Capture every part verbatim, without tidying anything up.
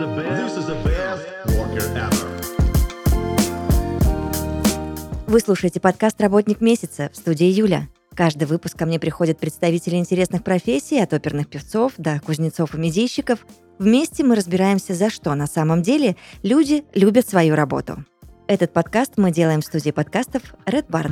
This is the best worker ever. Вы слушаете подкаст «Работник месяца» в студии Юля. Каждый выпуск ко мне приходят представители интересных профессий, от оперных певцов до кузнецов и медийщиков. Вместе мы разбираемся, за что на самом деле люди любят свою работу. Этот подкаст мы делаем в студии подкастов Red Barn.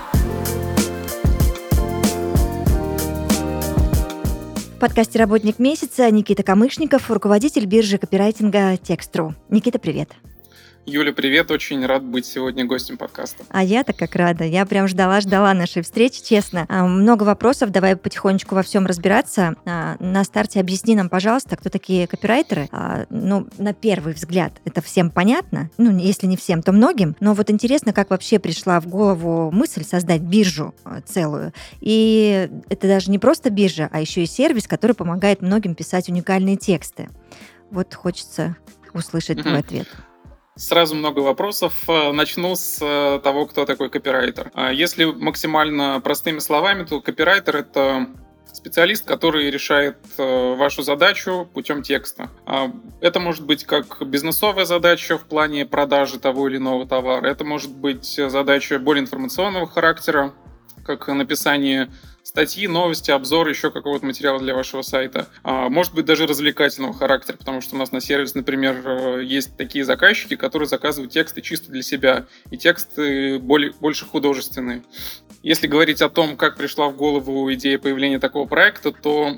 В подкасте «Работник месяца» Никита Камышников, руководитель биржи копирайтинга Текст.ру. Никита, привет. Юля, привет. Очень рад быть сегодня гостем подкаста. А я-то как рада. Я прям ждала-ждала нашей встречи, честно. А, много вопросов, давай потихонечку во всем разбираться. А, на старте объясни нам, пожалуйста, кто такие копирайтеры. А, ну, на первый взгляд это всем понятно, ну, если не всем, то многим. Но вот интересно, как вообще пришла в голову мысль создать биржу целую. И это даже не просто биржа, а еще и сервис, который помогает многим писать уникальные тексты. Вот хочется услышать Mm-hmm. твой ответ. Сразу много вопросов. Начну с того, кто такой копирайтер. Если максимально простыми словами, то копирайтер — это специалист, который решает вашу задачу путем текста. Это может быть как бизнесовая задача в плане продажи того или иного товара. Это может быть задача более информационного характера, как написание статьи, новости, обзоры, еще какого-то материала для вашего сайта. Может быть, даже развлекательного характера, потому что у нас на сервисе, например, есть такие заказчики, которые заказывают тексты чисто для себя, и тексты более, больше художественные. Если говорить о том, как пришла в голову идея появления такого проекта, то,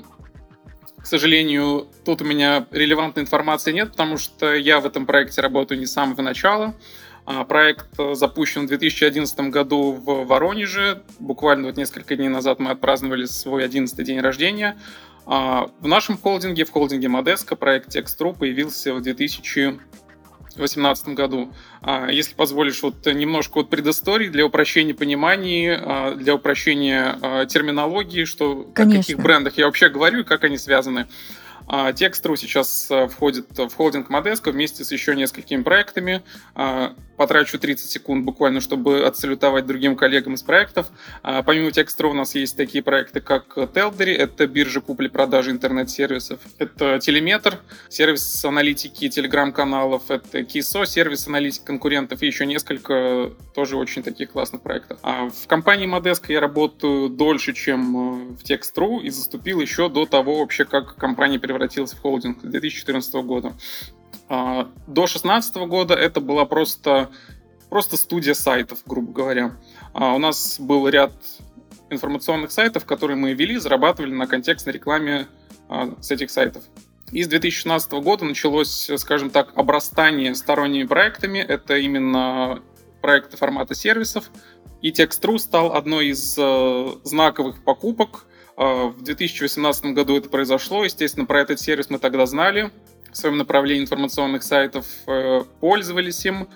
к сожалению, тут у меня релевантной информации нет, потому что я в этом проекте работаю не с самого начала. Проект запущен в две тысячи одиннадцатом году в Воронеже. Буквально вот несколько дней назад мы отпраздновали свой одиннадцатый день рождения. В нашем холдинге, в холдинге Модеско, проект Текст.ру появился в две тысячи восемнадцатом году. Если позволишь, вот немножко вот предыстории для упрощения понимания, для упрощения терминологии, что о каких брендах я вообще говорю и как они связаны. Текст.ру сейчас входит в холдинг Модеско вместе с еще несколькими проектами. Потрачу тридцать секунд буквально, чтобы отсалютовать другим коллегам из проектов. Помимо Текст.ру у нас есть такие проекты, как Телдери, это биржа купли-продажи интернет-сервисов. Это Телеметр, сервис аналитики телеграм-каналов. Это Кисо, сервис аналитики конкурентов. И еще несколько тоже очень таких классных проектов. В компании Модеско я работаю дольше, чем в Текст.ру, и заступил еще до того вообще, как компания превратилась в холдинг две тысячи четырнадцатого года. До две тысячи шестнадцатого года это была просто, просто студия сайтов, грубо говоря. У нас был ряд информационных сайтов, которые мы вели, зарабатывали на контекстной рекламе с этих сайтов. И с две тысячи шестнадцатого года началось, скажем так, обрастание сторонними проектами. Это именно проекты формата сервисов. И Текст.ру стал одной из знаковых покупок. В две тысячи восемнадцатом году это произошло. Естественно, про этот сервис мы тогда знали. В своем направлении информационных сайтов пользовались им,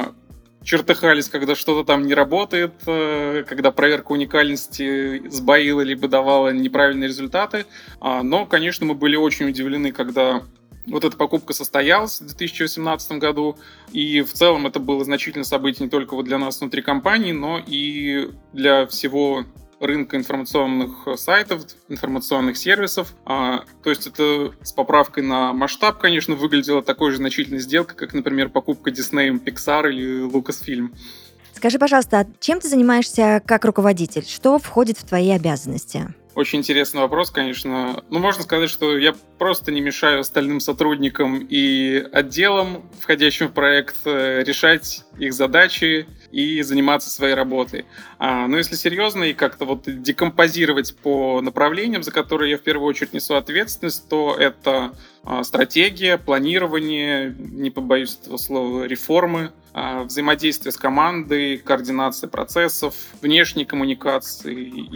чертыхались, когда что-то там не работает, когда проверка уникальности сбоила либо давала неправильные результаты. Но, конечно, мы были очень удивлены, когда вот эта покупка состоялась в две тысячи восемнадцатом году. И в целом это было значительное событие не только вот для нас внутри компании, но и для всего рынка информационных сайтов, информационных сервисов. А, то есть это с поправкой на масштаб, конечно, выглядело такой же значительной сделкой, как, например, покупка Disney, Pixar или Lucasfilm. Скажи, пожалуйста, а чем ты занимаешься как руководитель? Что входит в твои обязанности? Очень интересный вопрос, конечно. Ну, можно сказать, что я просто не мешаю остальным сотрудникам и отделам, входящим в проект, решать их задачи и заниматься своей работой. А, но если серьезно и как-то вот декомпозировать по направлениям, за которые я в первую очередь несу ответственность, то это а, стратегия, планирование, не побоюсь этого слова, реформы, а, взаимодействие с командой, координация процессов, внешней коммуникации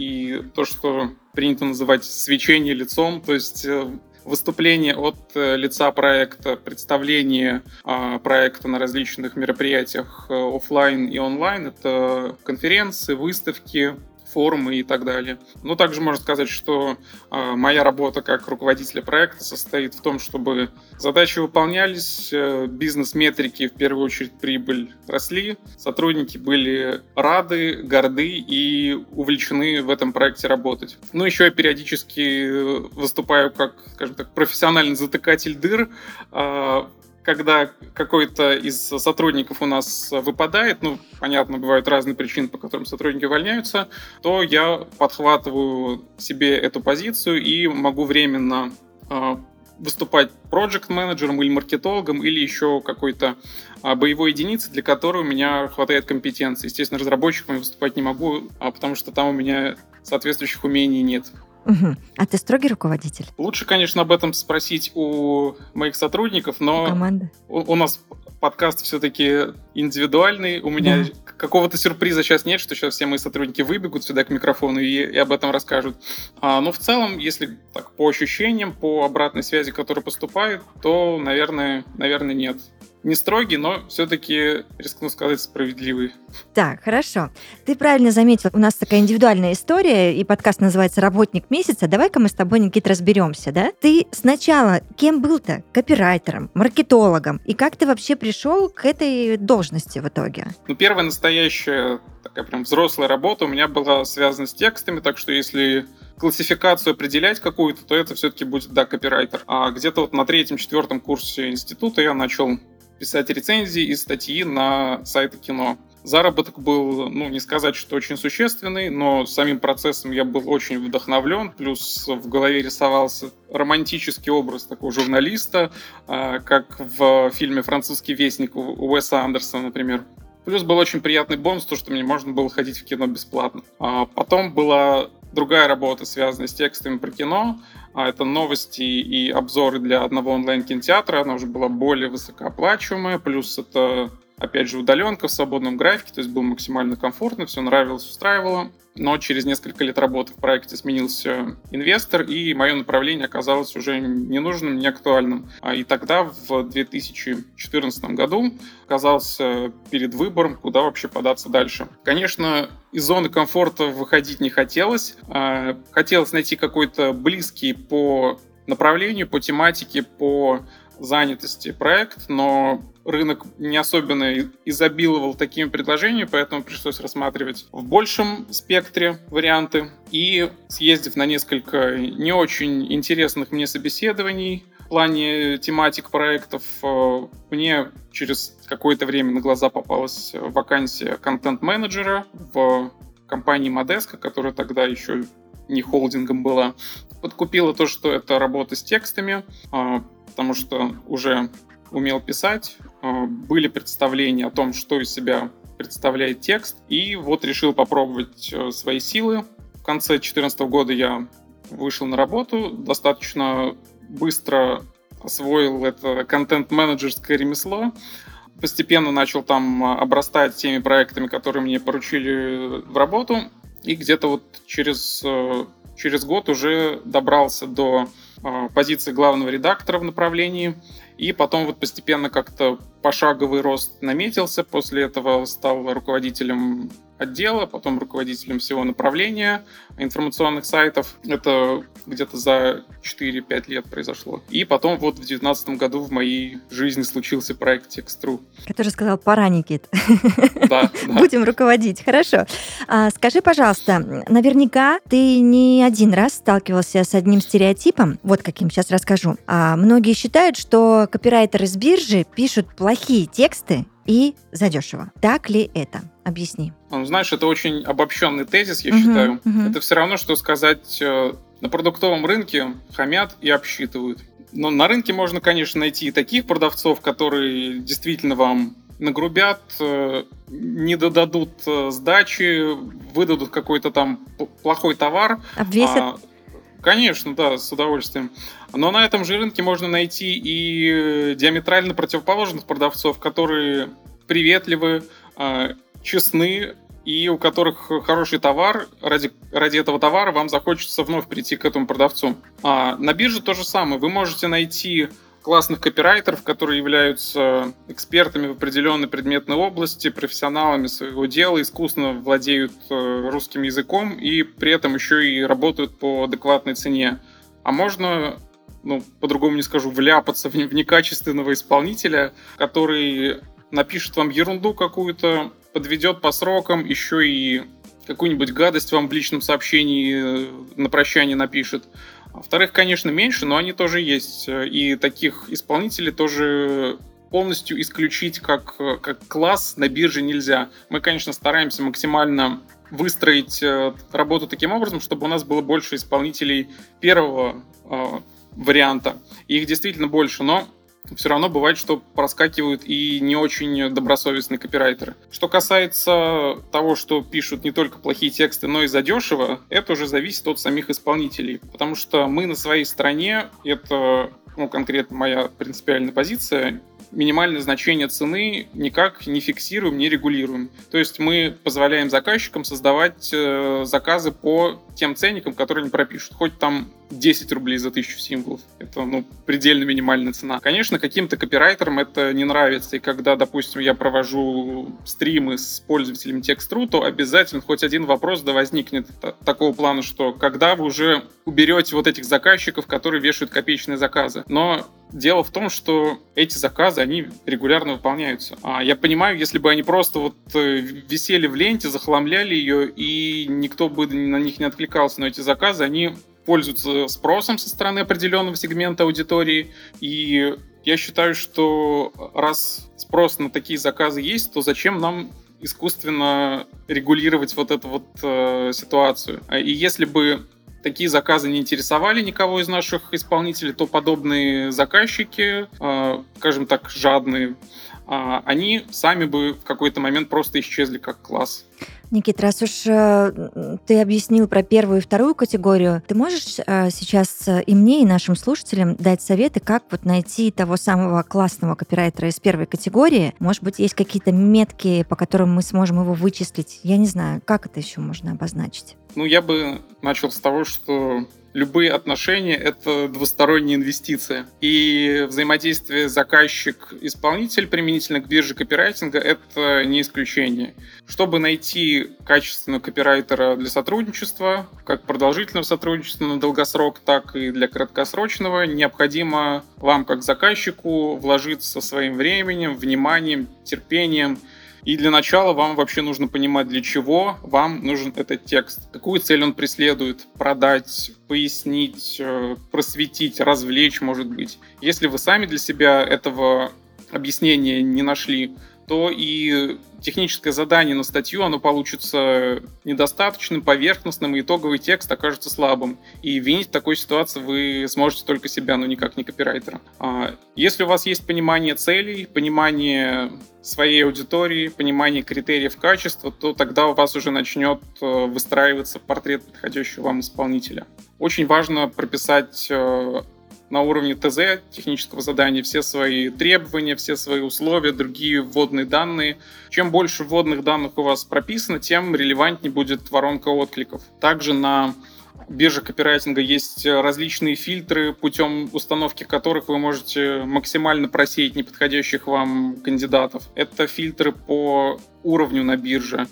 и то, что принято называть свечение лицом, то есть выступление от лица проекта, представление а, проекта на различных мероприятиях офлайн и онлайн. Это конференции, выставки, форумы и так далее. Но также можно сказать, что э, моя работа как руководителя проекта состоит в том, чтобы задачи выполнялись, э, бизнес-метрики, в первую очередь прибыль, росли, сотрудники были рады, горды и увлечены в этом проекте работать. Ну, еще я периодически выступаю как, скажем так, профессиональный затыкатель дыр, э, когда какой-то из сотрудников у нас выпадает, ну, понятно, бывают разные причины, по которым сотрудники увольняются, то я подхватываю себе эту позицию и могу временно э, выступать проект-менеджером или маркетологом, или еще какой-то э, боевой единицей, для которой у меня хватает компетенции. Естественно, разработчиком я выступать не могу, а потому что там у меня соответствующих умений нет. Угу. А ты строгий руководитель? Лучше, конечно, об этом спросить у моих сотрудников, но команды. У, у нас подкаст все-таки индивидуальный. У меня да. какого-то сюрприза сейчас нет, что сейчас все мои сотрудники выбегут сюда к микрофону и, и об этом расскажут. А, но в целом, если так по ощущениям, по обратной связи, которая поступает, то, наверное, наверное, нет. Не строгий, но все-таки, рискну сказать, справедливый. Так, хорошо. Ты правильно заметил, у нас такая индивидуальная история, и подкаст называется «Работник месяца». Давай-ка мы с тобой, Никит, разберемся, да? Ты сначала кем был-то? Копирайтером, маркетологом. И как ты вообще пришел к этой должности в итоге? Ну, первая настоящая, такая прям взрослая работа у меня была связана с текстами, так что если классификацию определять какую-то, то это все-таки будет, да, копирайтер. А где-то вот на третьем-четвертом курсе института я начал писать рецензии и статьи на сайты кино. Заработок был, ну, не сказать, что очень существенный, но самим процессом я был очень вдохновлен, плюс в голове рисовался романтический образ такого журналиста, как в фильме «Французский вестник» у Уэса Андерсона, например. Плюс был очень приятный бонус, то, что мне можно было ходить в кино бесплатно. А потом была другая работа, связанная с текстами про кино. Это новости и обзоры для одного онлайн-кинотеатра. Она уже была более высокооплачиваемая. Плюс это, опять же, удаленка в свободном графике. То есть было максимально комфортно, все нравилось, устраивало. Но через несколько лет работы в проекте сменился инвестор, и мое направление оказалось уже ненужным, неактуальным. И тогда, в две тысячи четырнадцатом году, оказался перед выбором, куда вообще податься дальше. Конечно, из зоны комфорта выходить не хотелось. Хотелось найти какой-то близкий по направлению, по тематике, по занятости проект, но рынок не особенно изобиловал такими предложениями, поэтому пришлось рассматривать в большем спектре варианты. И съездив на несколько не очень интересных мне собеседований в плане тематик проектов, мне через какое-то время на глаза попалась вакансия контент-менеджера в компании Modesto, которая тогда еще не холдингом была. Подкупила то, что это работа с текстами, потому что уже умел писать, были представления о том, что из себя представляет текст, и вот решил попробовать свои силы. В конце две тысячи четырнадцатого года я вышел на работу, достаточно быстро освоил это контент-менеджерское ремесло, постепенно начал там обрастать теми проектами, которые мне поручили в работу, и где-то вот через, через год уже добрался до позиции главного редактора в направлении, и потом вот постепенно как-то пошаговый рост наметился. После этого стал руководителем отдела, потом руководителем всего направления информационных сайтов. Это где-то за четыре-пять лет произошло. И потом вот в две тысячи девятнадцатом году в моей жизни случился проект Text.ru. Который сказал: пора, Никит. Да, да. Будем руководить. Хорошо. А, скажи, пожалуйста, наверняка ты не один раз сталкивался с одним стереотипом, вот каким сейчас расскажу. А, многие считают, что копирайтеры с биржи пишут плохие тексты и задешево. Так ли это? Объясни. Ну, знаешь, это очень обобщенный тезис, я uh-huh, считаю. Uh-huh. Это все равно, что сказать, на продуктовом рынке хамят и обсчитывают. Но на рынке можно, конечно, найти и таких продавцов, которые действительно вам нагрубят, не додадут сдачи, выдадут какой-то там плохой товар. Обвесят. А, конечно, да, с удовольствием. Но на этом же рынке можно найти и диаметрально противоположных продавцов, которые приветливы, честны, и у которых хороший товар, ради, ради этого товара вам захочется вновь прийти к этому продавцу. А на бирже то же самое. Вы можете найти классных копирайтеров, которые являются экспертами в определенной предметной области, профессионалами своего дела, искусно владеют русским языком и при этом еще и работают по адекватной цене. А можно, ну, по-другому не скажу, вляпаться в некачественного исполнителя, который напишет вам ерунду какую-то, подведет по срокам, еще и какую-нибудь гадость вам в личном сообщении на прощание напишет. А вторых, конечно, меньше, но они тоже есть. И таких исполнителей тоже полностью исключить как, как класс на бирже нельзя. Мы, конечно, стараемся максимально выстроить работу таким образом, чтобы у нас было больше исполнителей первого э, варианта. Их действительно больше, но все равно бывает, что проскакивают и не очень добросовестные копирайтеры. Что касается того, что пишут не только плохие тексты, но и задешево, это уже зависит от самих исполнителей. Потому что мы на своей стороне, это ну, конкретно моя принципиальная позиция, минимальное значение цены никак не фиксируем, не регулируем. То есть мы позволяем заказчикам создавать э, заказы по тем ценникам, которые они пропишут. Хоть там десять рублей за тысячу символов. Это, ну, предельно минимальная цена. Конечно, каким-то копирайтерам это не нравится. И когда, допустим, я провожу стримы с пользователями Text.ru, то обязательно хоть один вопрос да возникнет такого плана, что когда вы уже уберете вот этих заказчиков, которые вешают копеечные заказы. Но дело в том, что эти заказы, они регулярно выполняются. А я понимаю, если бы они просто вот висели в ленте, захламляли ее, и никто бы на них не откликался, но эти заказы, они пользуются спросом со стороны определенного сегмента аудитории, и я считаю, что раз спрос на такие заказы есть, то зачем нам искусственно регулировать вот эту вот э, ситуацию? И если бы такие заказы не интересовали никого из наших исполнителей, то подобные заказчики, э, скажем так, жадные, э, они сами бы в какой-то момент просто исчезли как класс. Никит, раз уж э, ты объяснил про первую и вторую категорию, ты можешь э, сейчас и мне, и нашим слушателям дать советы, как вот найти того самого классного копирайтера из первой категории? Может быть, есть какие-то метки, по которым мы сможем его вычислить? Я не знаю, как это еще можно обозначить? Ну, я бы начал с того, что любые отношения — это двусторонняя инвестиция. И взаимодействие заказчик-исполнитель применительно к бирже копирайтинга — это не исключение. Чтобы найти качественного копирайтера для сотрудничества, как продолжительного сотрудничества на долгосрок, так и для краткосрочного, необходимо вам, как заказчику, вложиться своим временем, вниманием, терпением. И для начала вам вообще нужно понимать, для чего вам нужен этот текст. Какую цель он преследует. Продать, пояснить, просветить, развлечь, может быть. Если вы сами для себя этого объяснения не нашли, то и техническое задание на статью, оно получится недостаточным, поверхностным, и итоговый текст окажется слабым. И винить в такой ситуации вы сможете только себя, но никак не копирайтера. Если у вас есть понимание целей, понимание своей аудитории, понимание критериев качества, то тогда у вас уже начнет выстраиваться портрет подходящего вам исполнителя. Очень важно прописать на уровне ТЗ, технического задания, все свои требования, все свои условия, другие вводные данные. Чем больше вводных данных у вас прописано, тем релевантнее будет воронка откликов. Также на бирже копирайтинга есть различные фильтры, путем установки которых вы можете максимально просеять неподходящих вам кандидатов. Это фильтры по уровню на бирже,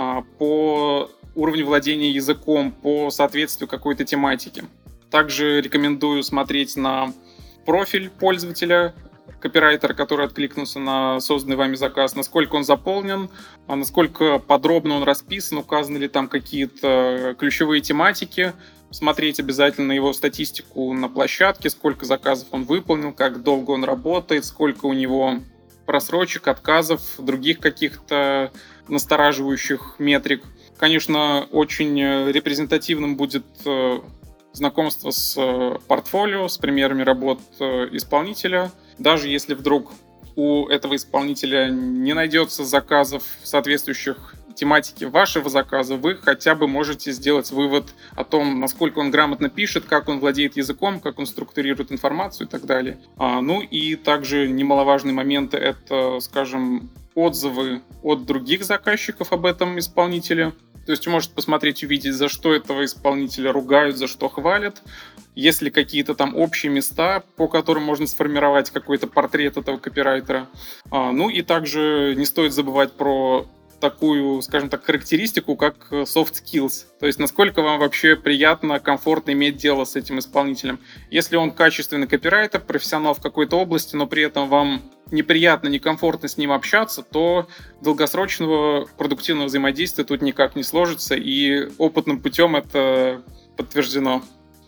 по уровню владения языком, по соответствию какой-то тематике. Также рекомендую смотреть на профиль пользователя, копирайтера, который откликнулся на созданный вами заказ, насколько он заполнен, насколько подробно он расписан, указаны ли там какие-то ключевые тематики. Смотреть обязательно его статистику на площадке, сколько заказов он выполнил, как долго он работает, сколько у него просрочек, отказов, других каких-то настораживающих метрик. Конечно, очень репрезентативным будет знакомство с портфолио, с примерами работ исполнителя. Даже если вдруг у этого исполнителя не найдется заказов, соответствующих тематике вашего заказа, вы хотя бы можете сделать вывод о том, насколько он грамотно пишет, как он владеет языком, как он структурирует информацию и так далее. А, ну и также немаловажные моменты — это, скажем, отзывы от других заказчиков об этом исполнителе. То есть вы можете посмотреть, увидеть, за что этого исполнителя ругают, за что хвалят. Есть ли какие-то там общие места, по которым можно сформировать какой-то портрет этого копирайтера. А, ну и также не стоит забывать про такую, скажем так, характеристику, как soft skills. То есть насколько вам вообще приятно, комфортно иметь дело с этим исполнителем. Если он качественный копирайтер, профессионал в какой-то области, но при этом вам неприятно, некомфортно с ним общаться, то долгосрочного продуктивного взаимодействия тут никак не сложится, и опытным путем это подтверждено.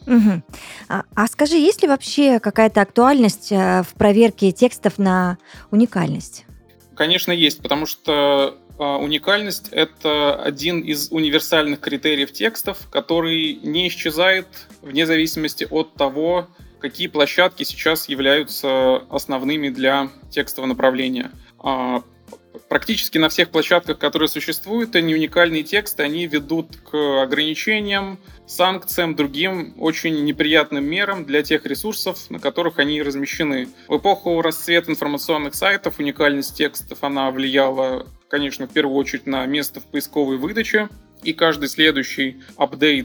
Мгм. А, а скажи, есть ли вообще какая-то актуальность э, в проверке текстов на уникальность? Конечно, есть, потому что а, уникальность — это один из универсальных критериев текстов, который не исчезает вне зависимости от того, какие площадки сейчас являются основными для текстового направления. А, Практически на всех площадках, которые существуют, они уникальные тексты, они ведут к ограничениям, санкциям, другим очень неприятным мерам для тех ресурсов, на которых они размещены. В эпоху расцвета информационных сайтов уникальность текстов, она влияла, конечно, в первую очередь на место в поисковой выдаче, и каждый следующий апдейт,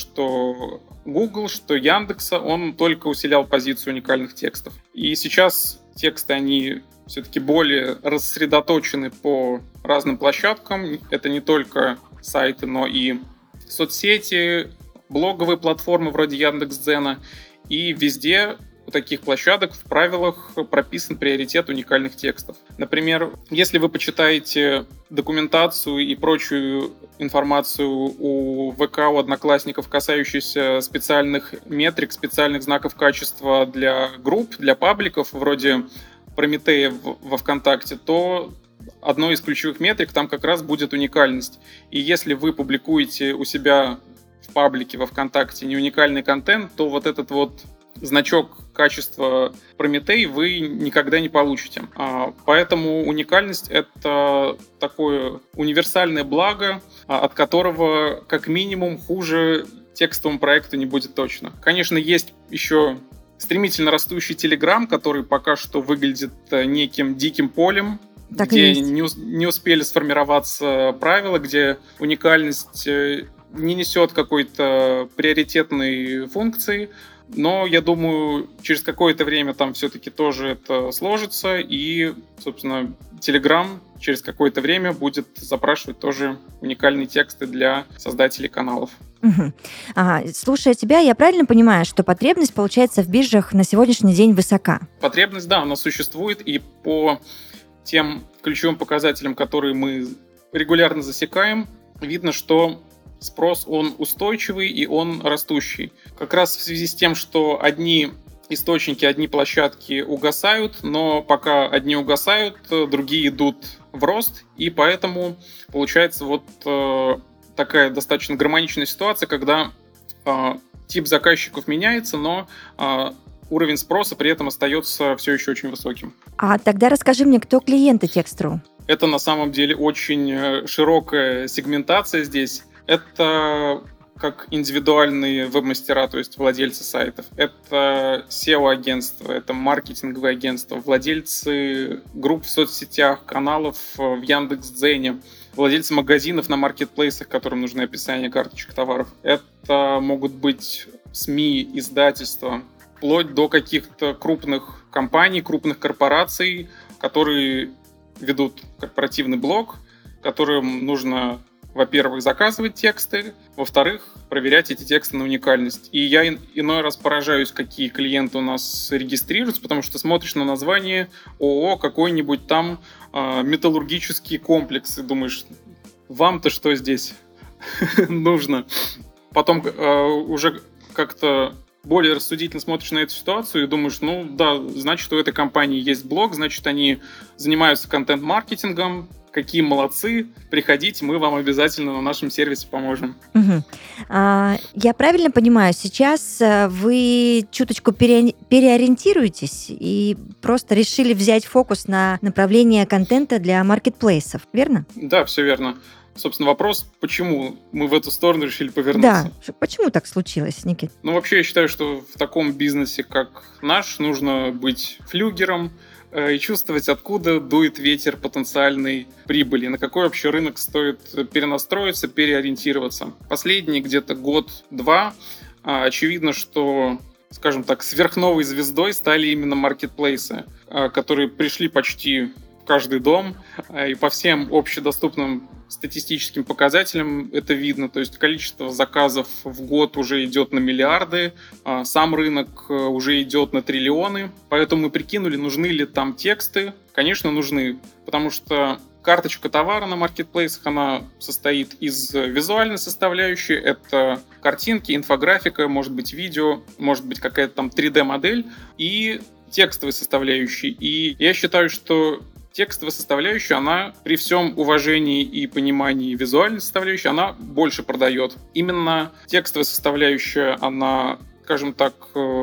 что Google, что Яндекса, он только усилял позицию уникальных текстов. И сейчас тексты, они все-таки более рассредоточены по разным площадкам. Это не только сайты, но и соцсети, блоговые платформы вроде Яндекс.Дзена. И везде у таких площадок в правилах прописан приоритет уникальных текстов. Например, если вы почитаете документацию и прочую информацию у ВК, у Одноклассников, касающуюся специальных метрик, специальных знаков качества для групп, для пабликов, вроде Прометея во ВКонтакте, то одной из ключевых метрик там как раз будет уникальность. И если вы публикуете у себя в паблике во ВКонтакте не уникальный контент, то вот этот вот значок качества Прометей вы никогда не получите. Поэтому уникальность — это такое универсальное благо, от которого как минимум хуже текстовому проекту не будет точно. Конечно, есть еще стремительно растущий Telegram, который пока что выглядит неким диким полем, Так где не, не успели сформироваться правила, где уникальность не несет какой-то приоритетной функции. Но я думаю, через какое-то время там все-таки тоже это сложится, и, собственно, Telegram через какое-то время будет запрашивать тоже уникальные тексты для создателей каналов. Угу. Ага. Слушая тебя, я правильно понимаю, что потребность, получается, в биржах на сегодняшний день высока? Потребность, да, она существует, и по тем ключевым показателям, которые мы регулярно засекаем, видно, что спрос, он устойчивый и он растущий. Как раз в связи с тем, что одни источники, одни площадки угасают, но пока одни угасают, другие идут в рост, и поэтому получается вот э, такая достаточно гармоничная ситуация, когда э, тип заказчиков меняется, но э, уровень спроса при этом остается все еще очень высоким. А тогда расскажи мне, кто клиенты Текст.ру? Это на самом деле очень широкая сегментация здесь. Это как индивидуальные веб-мастера, то есть владельцы сайтов. Это сео-агентства, это маркетинговые агентства, владельцы групп в соцсетях, каналов в Яндекс.Дзене, владельцы магазинов на маркетплейсах, которым нужны описания карточек товаров. Это могут быть СМИ, издательства, вплоть до каких-то крупных компаний, крупных корпораций, которые ведут корпоративный блог, которым нужно, во-первых, заказывать тексты, во-вторых, проверять эти тексты на уникальность. И я иной раз поражаюсь, какие клиенты у нас регистрируются, потому что смотришь на название ООО какой-нибудь там э, металлургический комплекс и думаешь, вам-то что здесь нужно? Потом э, уже как-то более рассудительно смотришь на эту ситуацию и думаешь, ну да, значит, у этой компании есть блог, значит, они занимаются контент-маркетингом, какие молодцы, приходите, мы вам обязательно на нашем сервисе поможем. Угу. А, я правильно понимаю, сейчас вы чуточку пере... переориентируетесь и просто решили взять фокус на направление контента для маркетплейсов, верно? Да, все верно. Собственно, вопрос, почему мы в эту сторону решили повернуться. Да, почему так случилось, Никит? Ну, вообще, я считаю, что в таком бизнесе, как наш, нужно быть флюгером э, и чувствовать, откуда дует ветер потенциальной прибыли, на какой вообще рынок стоит перенастроиться, переориентироваться. Последний где-то год-два э, очевидно, что, скажем так, сверхновой звездой стали именно маркетплейсы, э, которые пришли почти в каждый дом, э, и по всем общедоступным статистическим показателям это видно, то есть количество заказов в год уже идет на миллиарды, сам рынок уже идет на триллионы, поэтому мы прикинули, нужны ли там тексты. Конечно, нужны, потому что карточка товара на маркетплейсах, она состоит из визуальной составляющей. Это картинки, инфографика, может быть видео, может быть какая-то там три дэ-модель и текстовой составляющей. И я считаю, что текстовая составляющая, она при всем уважении и понимании визуальной составляющей, она больше продает. Именно текстовая составляющая, она, скажем так,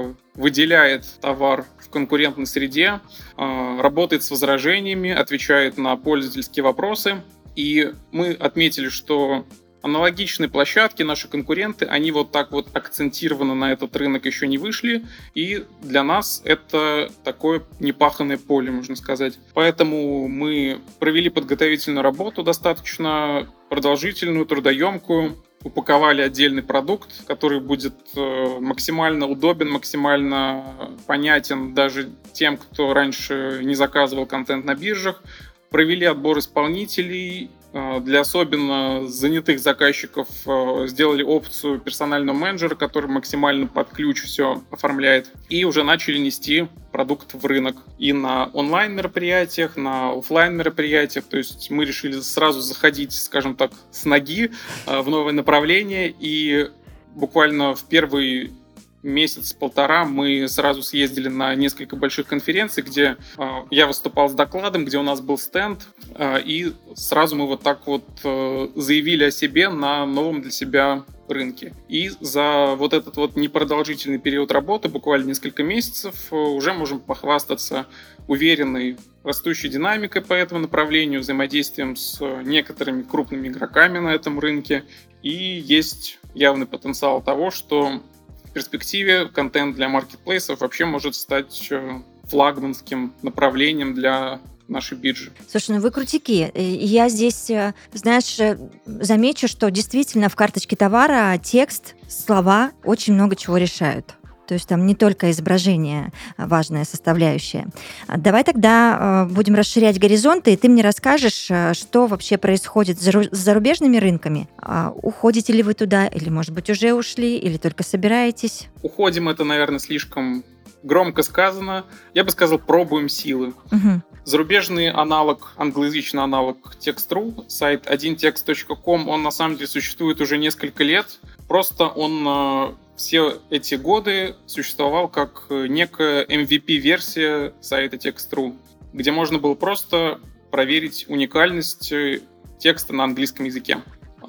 выделяет товар в конкурентной среде, работает с возражениями, отвечает на пользовательские вопросы. И мы отметили, что аналогичные площадки, наши конкуренты, они вот так вот акцентированно на этот рынок еще не вышли, и для нас это такое непаханное поле, можно сказать. Поэтому мы провели подготовительную работу достаточно продолжительную, трудоемкую, упаковали отдельный продукт, который будет максимально удобен, максимально понятен даже тем, кто раньше не заказывал контент на биржах. Провели отбор исполнителей. Для особенно занятых заказчиков сделали опцию персонального менеджера, который максимально под ключ все оформляет. И уже начали нести продукт в рынок. И на онлайн-мероприятиях, на офлайн-мероприятиях. То есть мы решили сразу заходить, скажем так, с ноги в новое направление. И буквально в первый месяц-полтора мы сразу съездили на несколько больших конференций, где э, я выступал с докладом, где у нас был стенд, э, и сразу мы вот так вот э, заявили о себе на новом для себя рынке. И за вот этот вот непродолжительный период работы, буквально несколько месяцев, э, уже можем похвастаться уверенной растущей динамикой по этому направлению, взаимодействием с некоторыми крупными игроками на этом рынке. И есть явный потенциал того, что в перспективе контент для маркетплейсов вообще может стать флагманским направлением для нашей биржи. Слушай, ну вы крутики. Я здесь, знаешь, замечу, что действительно в карточке товара текст, слова очень много чего решают. То есть там не только изображение важная составляющая. Давай тогда будем расширять горизонты, и ты мне расскажешь, что вообще происходит с зарубежными рынками. Уходите ли вы туда, или, может быть, уже ушли, или только собираетесь? Уходим, это, наверное, слишком громко сказано. Я бы сказал, пробуем силы. Угу. Зарубежный аналог, англоязычный аналог Text.ru, сайт один текст точка ком, он на самом деле существует уже несколько лет. Просто он все эти годы существовал как некая эм ви пи-версия сайта Text.ru, где можно было просто проверить уникальность текста на английском языке.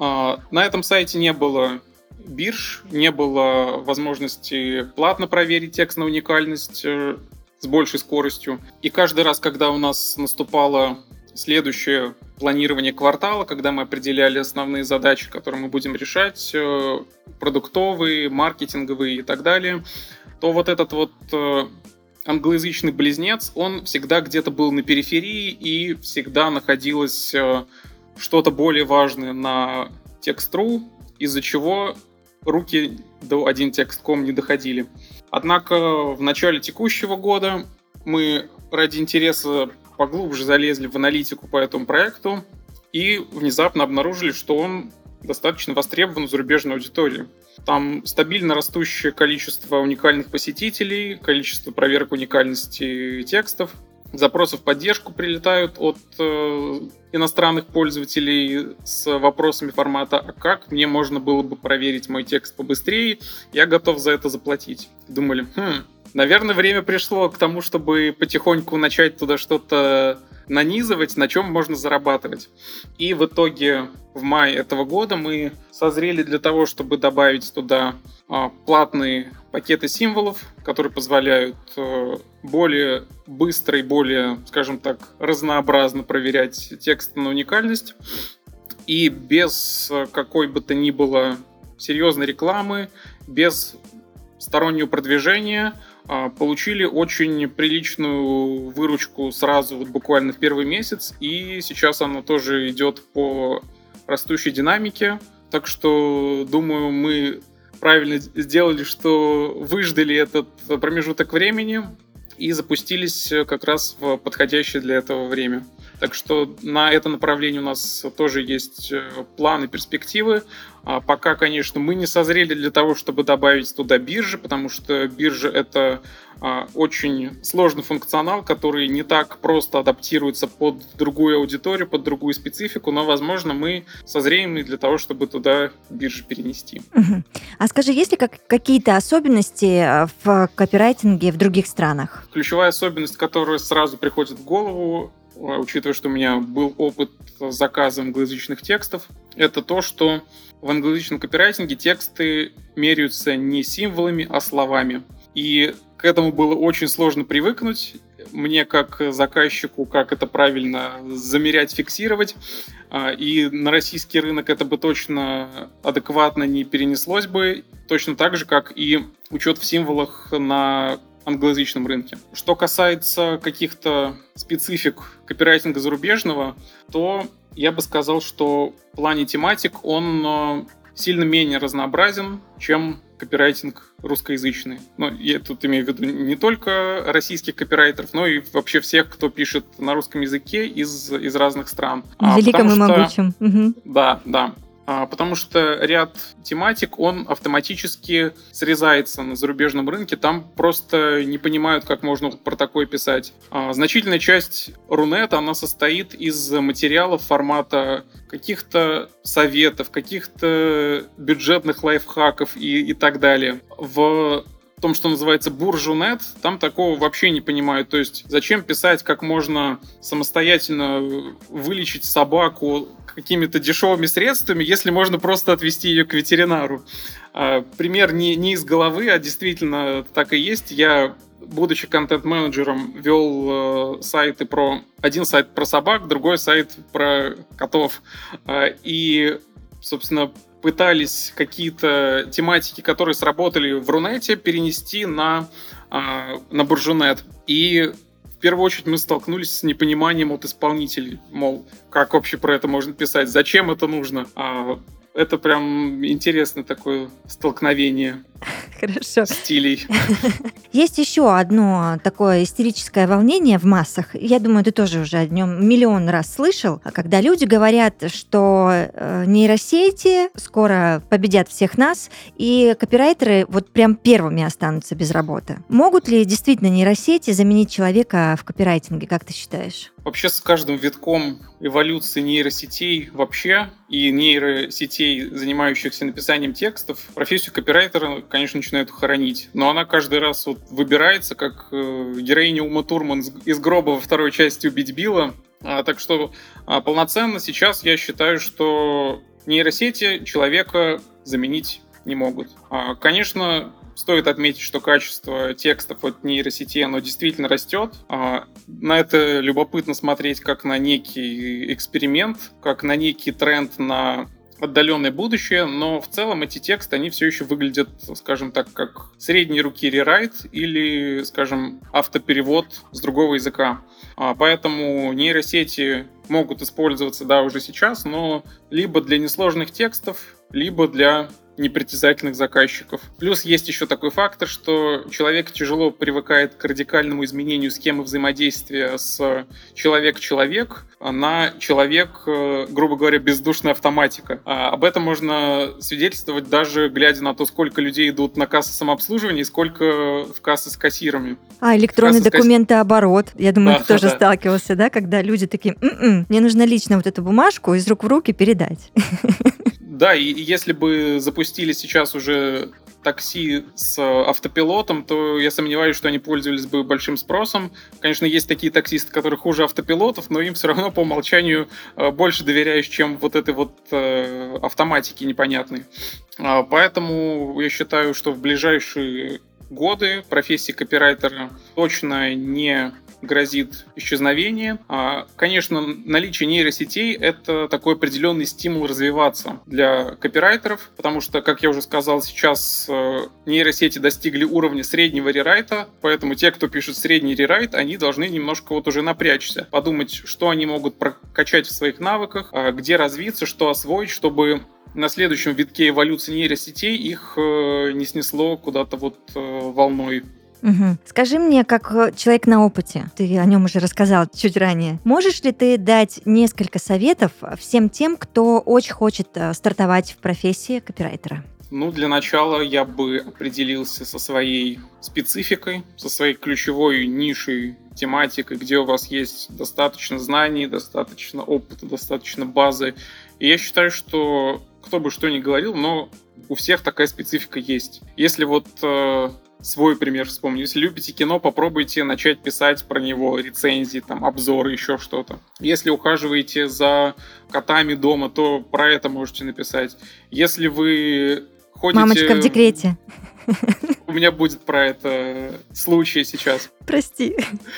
На этом сайте не было бирж, не было возможности платно проверить текст на уникальность с большей скоростью. И каждый раз, когда у нас наступало следующее планирование квартала, когда мы определяли основные задачи, которые мы будем решать, продуктовые, маркетинговые и так далее, то вот этот вот англоязычный близнец, он всегда где-то был на периферии, и всегда находилось что-то более важное на Text.ru, из-за чего руки до один текст точка ком не доходили. Однако в начале текущего года мы ради интереса поглубже залезли в аналитику по этому проекту и внезапно обнаружили, что он достаточно востребован у зарубежной аудитории. Там стабильно растущее количество уникальных посетителей, количество проверок уникальности текстов. Запросы в поддержку прилетают от э, иностранных пользователей с вопросами формата «А как мне можно было бы проверить мой текст побыстрее? Я готов за это заплатить». Думали, хм, наверное, время пришло к тому, чтобы потихоньку начать туда что-то нанизывать, на чем можно зарабатывать. И в итоге в мае этого года мы созрели для того, чтобы добавить туда а, платные пакеты символов, которые позволяют а, более быстро и более, скажем так, разнообразно проверять текст на уникальность. И без какой бы то ни было серьезной рекламы, без стороннего продвижения получили очень приличную выручку сразу, вот буквально в первый месяц, и сейчас она тоже идет по растущей динамике, так что, думаю, мы правильно сделали, что выждали этот промежуток времени и запустились как раз в подходящее для этого время. Так что на это направление у нас тоже есть планы, перспективы. А пока, конечно, мы не созрели для того, чтобы добавить туда биржи, потому что биржа — это а, очень сложный функционал, который не так просто адаптируется под другую аудиторию, под другую специфику, но, возможно, мы созреем и для того, чтобы туда биржи перенести. Мгм. А скажи, есть ли как- какие-то особенности э, в копирайтинге в других странах? Ключевая особенность, которая сразу приходит в голову, э, учитывая, что у меня был опыт заказа англоязычных текстов, это то, что в англоязычном копирайтинге тексты меряются не символами, а словами. И к этому было очень сложно привыкнуть. Мне, как заказчику, как это правильно замерять, фиксировать. А, И на российский рынок это бы точно адекватно не перенеслось бы, точно так же, как и учет в символах на англоязычном рынке. Что касается каких-то специфик копирайтинга зарубежного, то я бы сказал, что в плане тематик он э, сильно менее разнообразен, чем копирайтинг русскоязычный. Ну, я тут имею в виду не только российских копирайтеров, но и вообще всех, кто пишет на русском языке из, из разных стран. А, Великом и потому что- могучем. Мгм. Да, да. А, Потому что ряд тематик, он автоматически срезается на зарубежном рынке. Там просто не понимают, как можно про такое писать. А, Значительная часть Рунета, она состоит из материалов формата каких-то советов, каких-то бюджетных лайфхаков и, и так далее. В том, что называется Буржунет, там такого вообще не понимают. То есть зачем писать, как можно самостоятельно вылечить собаку какими-то дешевыми средствами, если можно просто отвезти ее к ветеринару. А, Пример не, не из головы, а действительно так и есть. Я, будучи контент-менеджером, вел э, сайты про... Один сайт про собак, другой сайт про котов. А, И, собственно, пытались какие-то тематики, которые сработали в Рунете, перенести на, а, на Буржунет. И в первую очередь мы столкнулись с непониманием от исполнителей. Мол, как вообще про это можно писать? Зачем это нужно? А, Это прям интересное такое столкновение Хорошо. стилей. Есть еще одно такое истерическое волнение в массах. Я думаю, ты тоже уже о нем миллион раз слышал, когда люди говорят, что э, нейросети скоро победят всех нас, и копирайтеры вот прям первыми останутся без работы. Могут ли действительно нейросети заменить человека в копирайтинге, как ты считаешь? Вообще с каждым витком эволюции нейросетей вообще и нейросетей, занимающихся написанием текстов, профессию копирайтера, конечно, начинают хоронить. Но она каждый раз вот выбирается, как э, героиня Ума Турман из- из гроба во второй части «Убить Билла». А, так что а, полноценно сейчас я считаю, что нейросети человека заменить не могут. А, конечно, стоит отметить, что качество текстов от нейросетей, оно действительно растет. А, На это любопытно смотреть как на некий эксперимент, как на некий тренд на отдаленное будущее, но в целом эти тексты, они все еще выглядят, скажем так, как средней руки рерайт или, скажем, автоперевод с другого языка. А, Поэтому нейросети могут использоваться, да, уже сейчас, но либо для несложных текстов, либо для непритязательных заказчиков. Плюс есть еще такой фактор, что человек тяжело привыкает к радикальному изменению схемы взаимодействия с человек-человек на человек, э, грубо говоря, бездушная автоматика. А об этом можно свидетельствовать даже глядя на то, сколько людей идут на кассы самообслуживания и сколько в кассы с кассирами. А, электронный Касса с касс- документооборот. Я думаю, Да, ты тоже да, да. сталкивался, да, когда люди такие, «М-м, мне нужно лично вот эту бумажку из рук в руки передать». Да, и и если бы запустили сейчас уже такси с автопилотом, то я сомневаюсь, что они пользовались бы большим спросом. Конечно, есть такие таксисты, которые хуже автопилотов, но им все равно по умолчанию э, больше доверяешь, чем вот этой вот э, автоматике непонятной. А, Поэтому я считаю, что в ближайшие годы профессии копирайтера точно не грозит исчезновение. А, Конечно, наличие нейросетей — это такой определенный стимул развиваться для копирайтеров, потому что, как я уже сказал, сейчас э, нейросети достигли уровня среднего рерайта, поэтому те, кто пишет средний рерайт, они должны немножко вот уже напрячься, подумать, что они могут прокачать в своих навыках, а, где развиться, что освоить, чтобы на следующем витке эволюции нейросетей их э, не снесло куда-то вот э, волной Мгм. Скажи мне, как э, человек на опыте, ты о нем уже рассказал чуть ранее, можешь ли ты дать несколько советов э, всем тем, кто очень хочет э, стартовать в профессии копирайтера? Ну, для начала я бы определился со своей спецификой, со своей ключевой нишей, тематикой, где у вас есть достаточно знаний, достаточно опыта, достаточно базы. И я считаю, что кто бы что ни говорил, но у всех такая специфика есть. Если вот э, свой пример вспомню. Если любите кино, попробуйте начать писать про него рецензии, там, обзоры, еще что-то. Если ухаживаете за котами дома, то про это можете написать. Если вы ходите... Мамочка в декрете. У меня будет про это случай сейчас. Прости.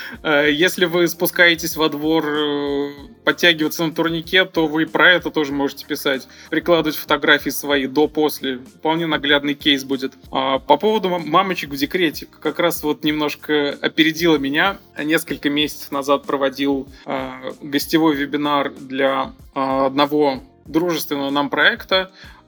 Если вы спускаетесь во двор подтягиваться на турнике, то вы про это тоже можете писать. Прикладывать фотографии свои до-после. Вполне наглядный кейс будет. По поводу мамочек в декрете. Как раз вот немножко опередила меня. Несколько месяцев назад проводил гостевой вебинар для одного дружественного нам проекта.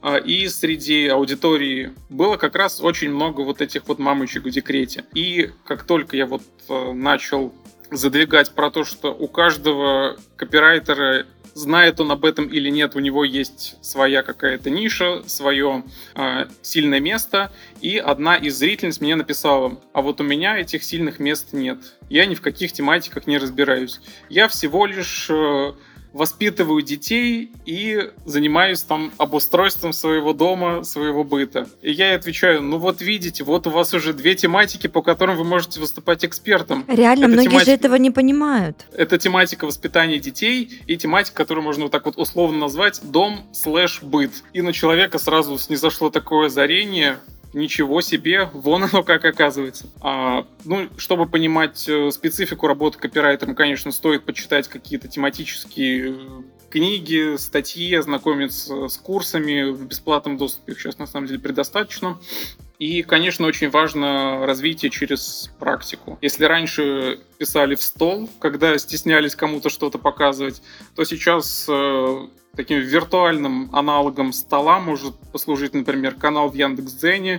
И среди аудитории было как раз очень много вот этих вот мамочек в декрете. И как только я вот начал задвигать про то, что у каждого копирайтера, знает он об этом или нет, у него есть своя какая-то ниша, свое э, сильное место. И одна из зрительниц мне написала: а вот у меня этих сильных мест нет. Я ни в каких тематиках не разбираюсь. Я всего лишь... Э, воспитываю детей и занимаюсь там обустройством своего дома, своего быта. И я ей отвечаю: ну вот видите, вот у вас уже две тематики, по которым вы можете выступать экспертом. Реально, это многие тематика... же этого не понимают. Это тематика воспитания детей и тематика, которую можно вот так вот условно назвать дом слэш быт. И на человека сразу снизошло такое озарение: ничего себе, вон оно как оказывается. А, ну, чтобы понимать специфику работы копирайтером, конечно, стоит почитать какие-то тематические книги, статьи, ознакомиться с курсами в бесплатном доступе. Их сейчас, на самом деле, предостаточно. И, конечно, очень важно развитие через практику. Если раньше писали в стол, когда стеснялись кому-то что-то показывать, то сейчас... Таким виртуальным аналогом стола может послужить, например, канал в Яндекс.Дзене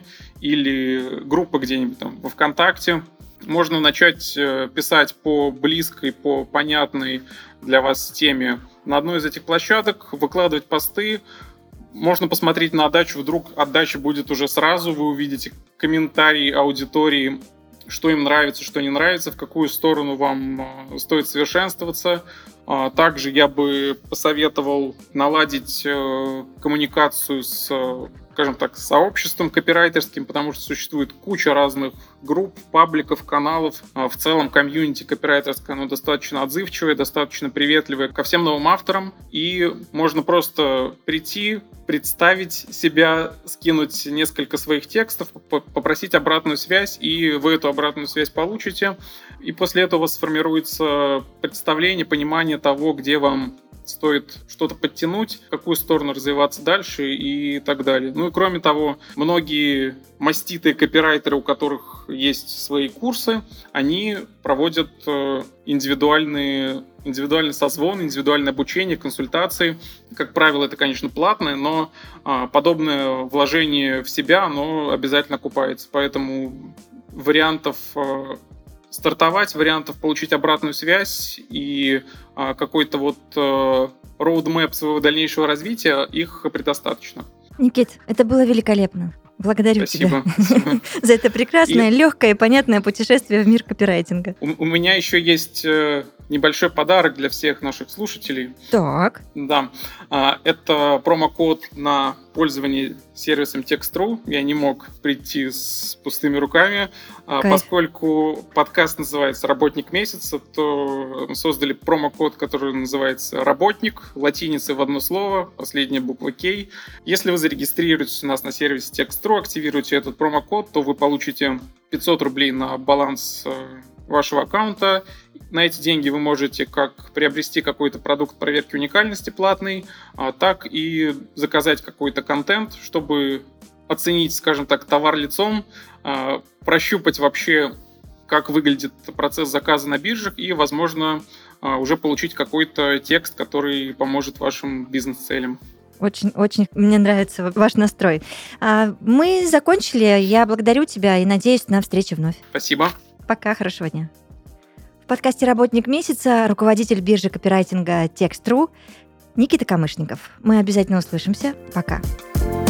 или группа где-нибудь там во ВКонтакте. Можно начать писать по близкой, по понятной для вас теме на одной из этих площадок, выкладывать посты. Можно посмотреть на отдачу, вдруг отдача будет уже сразу, вы увидите комментарии аудитории, что им нравится, что не нравится, в какую сторону вам стоит совершенствоваться. Также я бы посоветовал наладить коммуникацию с, скажем так, сообществом копирайтерским, потому что существует куча разных групп, пабликов, каналов. В целом комьюнити копирайтерское, оно достаточно отзывчивое, достаточно приветливое ко всем новым авторам. И можно просто прийти, представить себя, скинуть несколько своих текстов, попросить обратную связь, и вы эту обратную связь получите. И после этого у вас сформируется представление, понимание того, где вам стоит что-то подтянуть, в какую сторону развиваться дальше и так далее. Ну и кроме того, многие маститые копирайтеры, у которых есть свои курсы, они проводят индивидуальные, индивидуальный созвон, индивидуальное обучение, консультации. Как правило, это, конечно, платное, но подобное вложение в себя, оно обязательно окупается. Поэтому вариантов стартовать, вариантов получить обратную связь и а, какой-то вот а, роудмэп своего дальнейшего развития, их предостаточно. Никит, это было великолепно. Благодарю Спасибо. тебя Спасибо. за это прекрасное, И... легкое и понятное путешествие в мир копирайтинга. У, у меня еще есть небольшой подарок для всех наших слушателей. Так. Да, это промокод на пользование сервисом Text.ru. Я не мог прийти с пустыми руками. Кайф. Поскольку подкаст называется «Работник месяца», то мы создали промокод, который называется «Работник», латиницей в одно слово, последняя буква K. Если вы зарегистрируетесь у нас на сервисе Text.ru, активируете этот промокод, то вы получите пятьсот рублей на баланс вашего аккаунта. На эти деньги вы можете как приобрести какой-то продукт проверки уникальности платный, так и заказать какой-то контент, чтобы оценить, скажем так, товар лицом, прощупать вообще, как выглядит процесс заказа на биржах и, возможно, уже получить какой-то текст, который поможет вашим бизнес-целям. Очень, очень мне нравится ваш настрой. А, Мы закончили. Я благодарю тебя и надеюсь на встречу вновь. Спасибо. Пока, хорошего дня. В подкасте «Работник месяца» руководитель биржи копирайтинга Текст точка ру Никита Камышников. Мы обязательно услышимся. Пока.